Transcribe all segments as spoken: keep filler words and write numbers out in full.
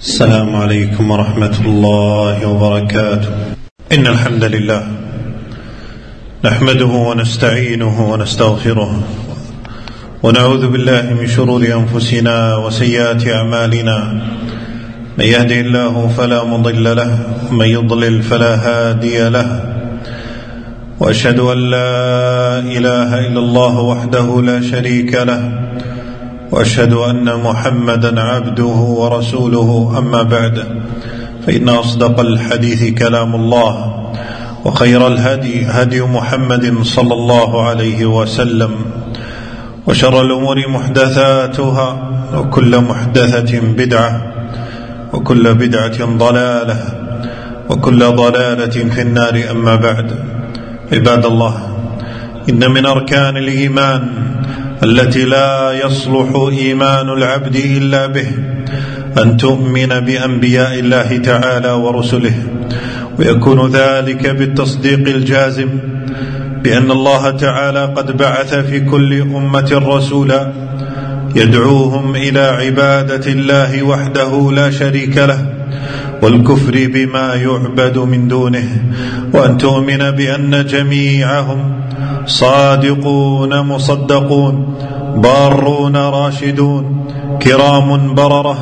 السلام عليكم ورحمة الله وبركاته. إن الحمد لله نحمده ونستعينه ونستغفره ونعوذ بالله من شرور أنفسنا وسيئات أعمالنا. من يهده الله فلا مضل له ومن يضلل فلا هادي له، وأشهد أن لا إله إلا الله وحده لا شريك له، وأشهد أن محمدا عبده ورسوله. أما بعد، فإن أصدق الحديث كلام الله، وخير الهدي هدي محمد صلى الله عليه وسلم، وشر الأمور محدثاتها، وكل محدثة بدعة، وكل بدعة ضلالة، وكل ضلالة في النار. أما بعد، عباد الله، إن من أركان الإيمان التي لا يصلح إيمان العبد إلا به أن تؤمن بأنبياء الله تعالى ورسله، ويكون ذلك بالتصديق الجازم بأن الله تعالى قد بعث في كل أمة رسولا يدعوهم إلى عبادة الله وحده لا شريك له والكفر بما يعبد من دونه، وأن تؤمن بأن جميعهم صادقون مصدقون، بارون راشدون، كرام بررة،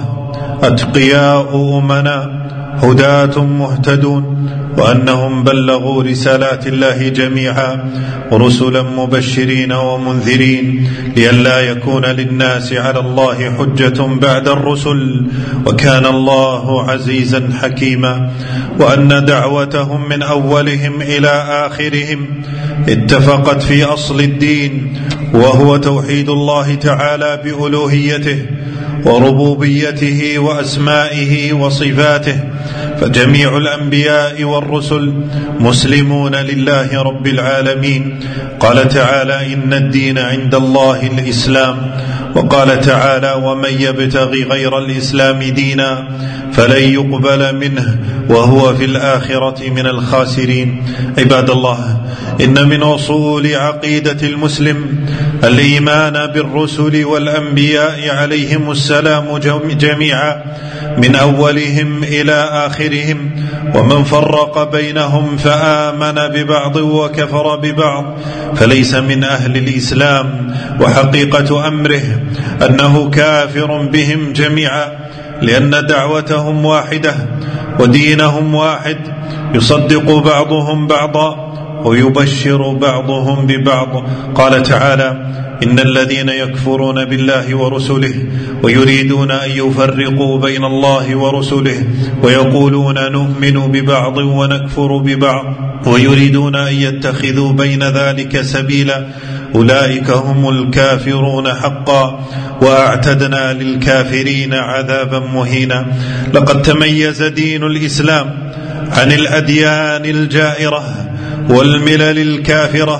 أتقياء أمناء، هداة مهتدون، وأنهم بلغوا رسالات الله جميعا، رسلا مبشرين ومنذرين، لئلا يكون للناس على الله حجة بعد الرسل، وكان الله عزيزا حكيما. وأن دعوتهم من أولهم إلى آخرهم اتفقت في أصل الدين، وهو توحيد الله تعالى بألوهيته وربوبيته وأسمائه وصفاته، فجميع الأنبياء والرسل مسلمون لله رب العالمين. قال تعالى: إن الدين عند الله الإسلام. وقال تعالى: ومن يبتغي غير الإسلام دينا فلن يقبل منه وهو في الآخرة من الخاسرين. عباد الله، إن من أصول عقيدة المسلم الإيمان بالرسل والأنبياء عليهم السلام جميعا من أولهم إلى آخرهم، ومن فرق بينهم فآمن ببعض وكفر ببعض فليس من أهل الإسلام، وحقيقة أمره أنه كافر بهم جميعا، لأن دعوتهم واحدة ودينهم واحد، يصدق بعضهم بعضا ويبشر بعضهم ببعض. قال تعالى: إن الذين يكفرون بالله ورسله ويريدون أن يفرقوا بين الله ورسله ويقولون نؤمن ببعض ونكفر ببعض ويريدون أن يتخذوا بين ذلك سبيلا أولئك هم الكافرون حقا وأعتدنا للكافرين عذابا مهينا. لقد تميز دين الإسلام عن الأديان الجائرة والملل الكافرة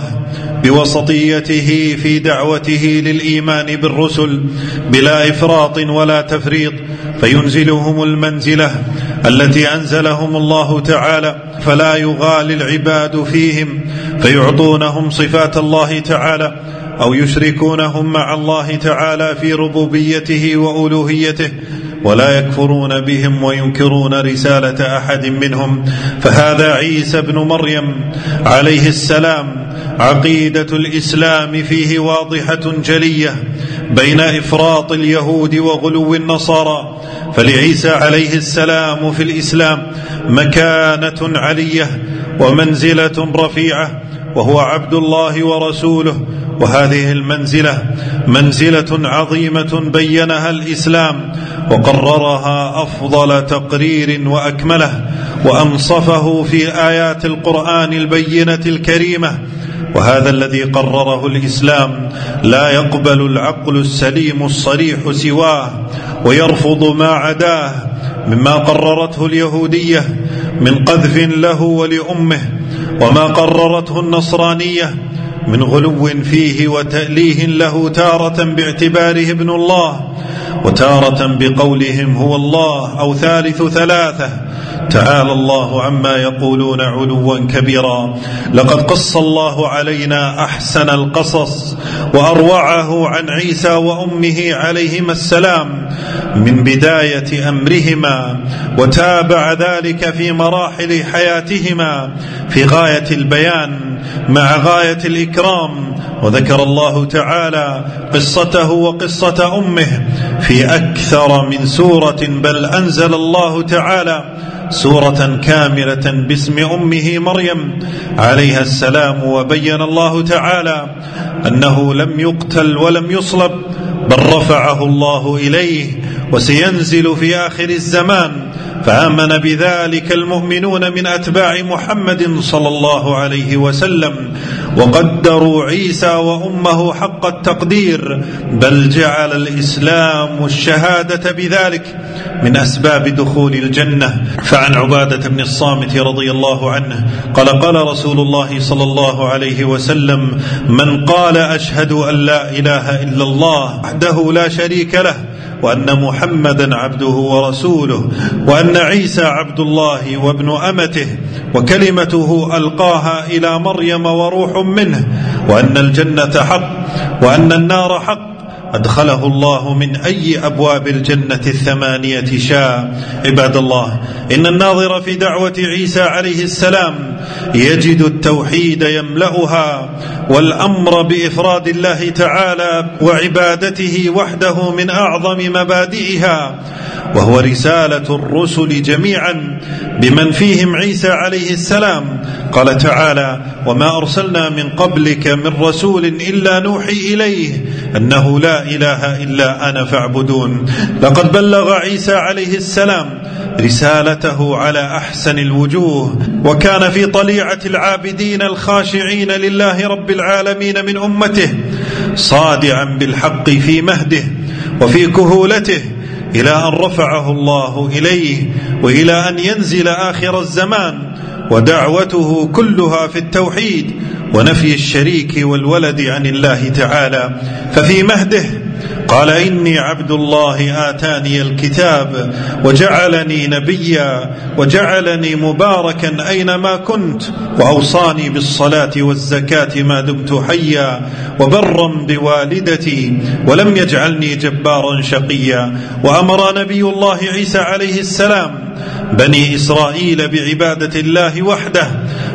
بوسطيته في دعوته للإيمان بالرسل بلا إفراط ولا تفريط، فينزلهم المنزلة التي أنزلهم الله تعالى، فلا يغالي العباد فيهم فيعطونهم صفات الله تعالى أو يشركونهم مع الله تعالى في ربوبيته وألوهيته، ولا يكفرون بهم وينكرون رسالة أحد منهم. فهذا عيسى بن مريم عليه السلام عقيدة الإسلام فيه واضحة جلية بين إفراط اليهود وغلو النصارى، فلعيسى عليه السلام في الإسلام مكانة علية ومنزلة رفيعة، وهو عبد الله ورسوله، وهذه المنزلة منزلة عظيمة بينها الإسلام وقررها أفضل تقرير وأكمله، وأنصفه في آيات القرآن البينة الكريمة. وهذا الذي قرره الإسلام لا يقبل العقل السليم الصريح سواه، ويرفض ما عداه مما قررته اليهودية من قذف له ولأمه، وما قررته النصرانية من غلو فيه وتأليه له، تارة باعتباره ابن الله وتارة بقولهم هو الله أو ثالث ثلاثة. تعالى الله عما يقولون علوا كبيرا. لقد قص الله علينا أحسن القصص وأروعه عن عيسى وأمه عليهما السلام، من بداية أمرهما، وتابع ذلك في مراحل حياتهما في غاية البيان مع غاية الإكرام. وذكر الله تعالى قصته وقصة أمه في أكثر من سورة، بل أنزل الله تعالى سورة كاملة باسم أمه مريم عليها السلام، وبين الله تعالى أنه لم يقتل ولم يصلب، بل رفعه الله إليه وسينزل في آخر الزمان. فآمن بذلك المؤمنون من أتباع محمد صلى الله عليه وسلم، وقدروا عيسى وأمه حق التقدير، بل جعل الإسلام الشهادة بذلك من أسباب دخول الجنة. فعن عبادة بن الصامت رضي الله عنه قال قال رسول الله صلى الله عليه وسلم: من قال أشهد أن لا إله إلا الله وحده لا شريك له، وأن محمدا عبده ورسوله، وأن عيسى عبد الله وابن أمته وكلمته ألقاها إلى مريم وروح منه، وأن الجنة حق وأن النار حق، أدخله الله من أي أبواب الجنة الثمانية شاء. عباد الله، إن الناظر في دعوة عيسى عليه السلام يجد التوحيد يملأها، والأمر بإفراد الله تعالى وعبادته وحده من أعظم مبادئها، وهو رسالة الرسل جميعا بمن فيهم عيسى عليه السلام. قال تعالى: وما أرسلنا من قبلك من رسول إلا نوحي إليه أنه لا إله إلا أنا فاعبدون. لقد بلغ عيسى عليه السلام رسالته على أحسن الوجوه، وكان في طليعة العابدين الخاشعين لله رب العالمين من أمته، صادعا بالحق في مهده وفي كهولته، إلى أن رفعه الله إليه، وإلى أن ينزل آخر الزمان، ودعوته كلها في التوحيد ونفي الشريك والولد عن الله تعالى. ففي مهده قال: إني عبد الله آتاني الكتاب وجعلني نبيا وجعلني مباركا أينما كنت وأوصاني بالصلاة والزكاة ما دمت حيا وبرا بوالدتي ولم يجعلني جبارا شقيا. وأمر نبي الله عيسى عليه السلام بني إسرائيل بعبادة الله وحده،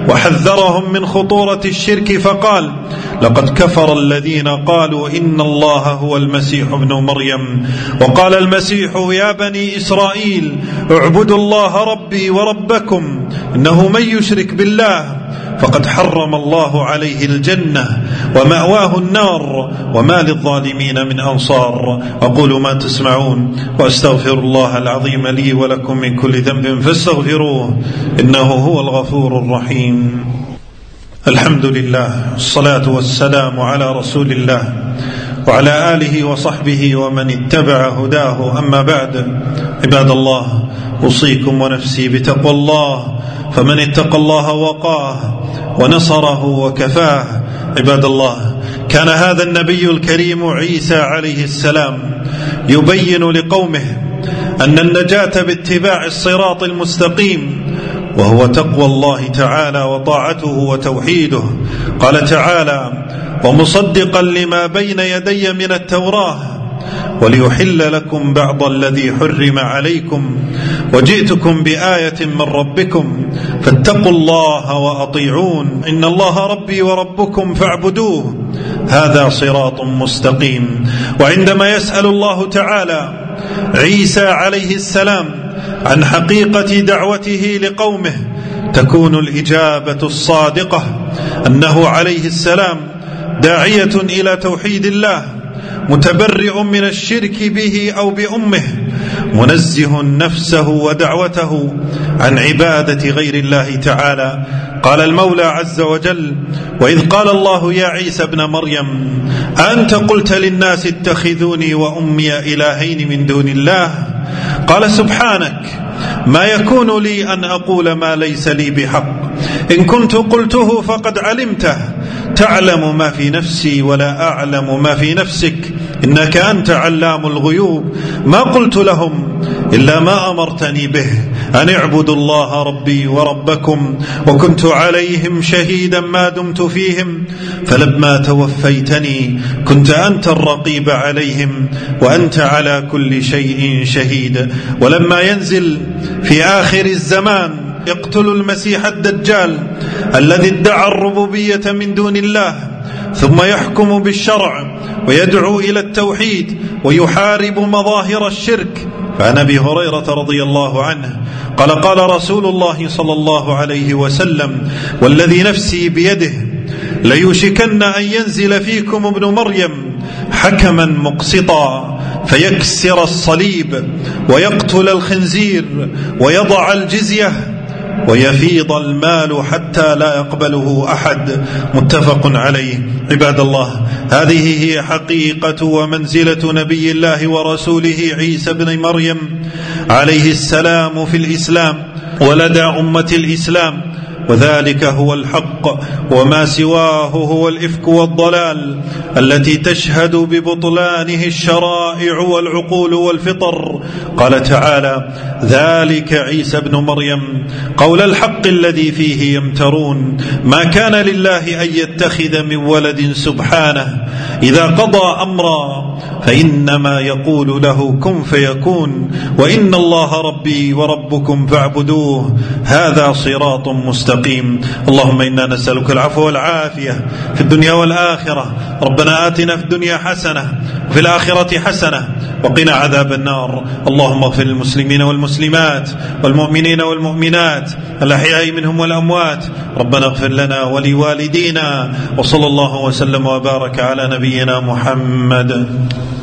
وحذرهم من خطورة الشرك فقال: لقد كفر الذين قالوا إن الله هو المسيح ابن مريم، وقال المسيح: يا بني إسرائيل اعبدوا الله ربي وربكم، إنه من يشرك بالله فقد حرم الله عليه الجنة ومأواه النار وما للظالمين من أنصار. أقول ما تسمعون وأستغفر الله العظيم لي ولكم من كل ذنب فاستغفروه إنه هو الغفور الرحيم. الحمد لله، الصلاة والسلام على رسول الله وعلى آله وصحبه ومن اتبع هداه، أما بعد. عباد الله، أوصيكم ونفسي بتقوى الله، فمن اتقى الله وقاه ونصره وكفاه. عباد الله، كان هذا النبي الكريم عيسى عليه السلام يبين لقومه أن النجاة باتباع الصراط المستقيم، وهو تقوى الله تعالى وطاعته وتوحيده. قال تعالى: ومصدقا لما بين يدي من التوراة وليحل لكم بعض الذي حرم عليكم وجئتكم بآية من ربكم فاتقوا الله وأطيعون إن الله ربي وربكم فاعبدوه هذا صراط مستقيم. وعندما يسأل الله تعالى عيسى عليه السلام عن حقيقة دعوته لقومه تكون الإجابة الصادقة أنه عليه السلام داعية إلى توحيد الله، متبرئ من الشرك به أو بأمه، منزه نفسه ودعوته عن عبادة غير الله تعالى. قال المولى عز وجل: وإذ قال الله يا عيسى ابن مريم أنت قلت للناس اتخذوني وأمي إلهين من دون الله قال سبحانك ما يكون لي أن أقول ما ليس لي بحق إن كنت قلته فقد علمته تعلم ما في نفسي ولا أعلم ما في نفسك إنك أنت علام الغيوب. ما قلت لهم إلا ما أمرتني به أن اعبدوا الله ربي وربكم وكنت عليهم شهيدا ما دمت فيهم فلما توفيتني كنت أنت الرقيب عليهم وأنت على كل شيء شهيد. ولما ينزل في آخر الزمان يقتل المسيح الدجال الذي ادعى الربوبية من دون الله ثم يحكم بالشرع ويدعو إلى التوحيد ويحارب مظاهر الشرك، فعن أبي هريرة رضي الله عنه قال قال رسول الله صلى الله عليه وسلم والذي نفسي بيده ليوشكن أن ينزل فيكم ابن مريم حكما مقسطا فيكسر الصليب ويقتل الخنزير ويضع الجزية ويفيض المال حتى لا يقبله أحد، متفق عليه. عباد الله، هذه هي حقيقة ومنزلة نبي الله ورسوله عيسى بن مريم عليه السلام في الإسلام ولدى أمة الإسلام، وذلك هو الحق وما سواه هو الإفك والضلال التي تشهد ببطلانه الشرائع والعقول والفطر. قال تعالى ذلك عيسى بن مريم قول الحق الذي فيه يمترون ما كان لله أن يتخذ من ولد سبحانه إذا قضى أمرا فإنما يقول له كن فيكون وإن الله ربي وربكم فاعبدوه هذا صراط مستقيم. اللهم إنا نسألك العفو والعافية في الدنيا والآخرة. ربنا آتنا في الدنيا حسنة وفي الآخرة حسنة وقنا عذاب النار. اللهم اغفر للمسلمين والمسلمات والمؤمنين والمؤمنات الأحياء منهم والأموات. ربنا اغفر لنا ولوالدينا، وصلى الله وسلم وبارك على نبينا محمد.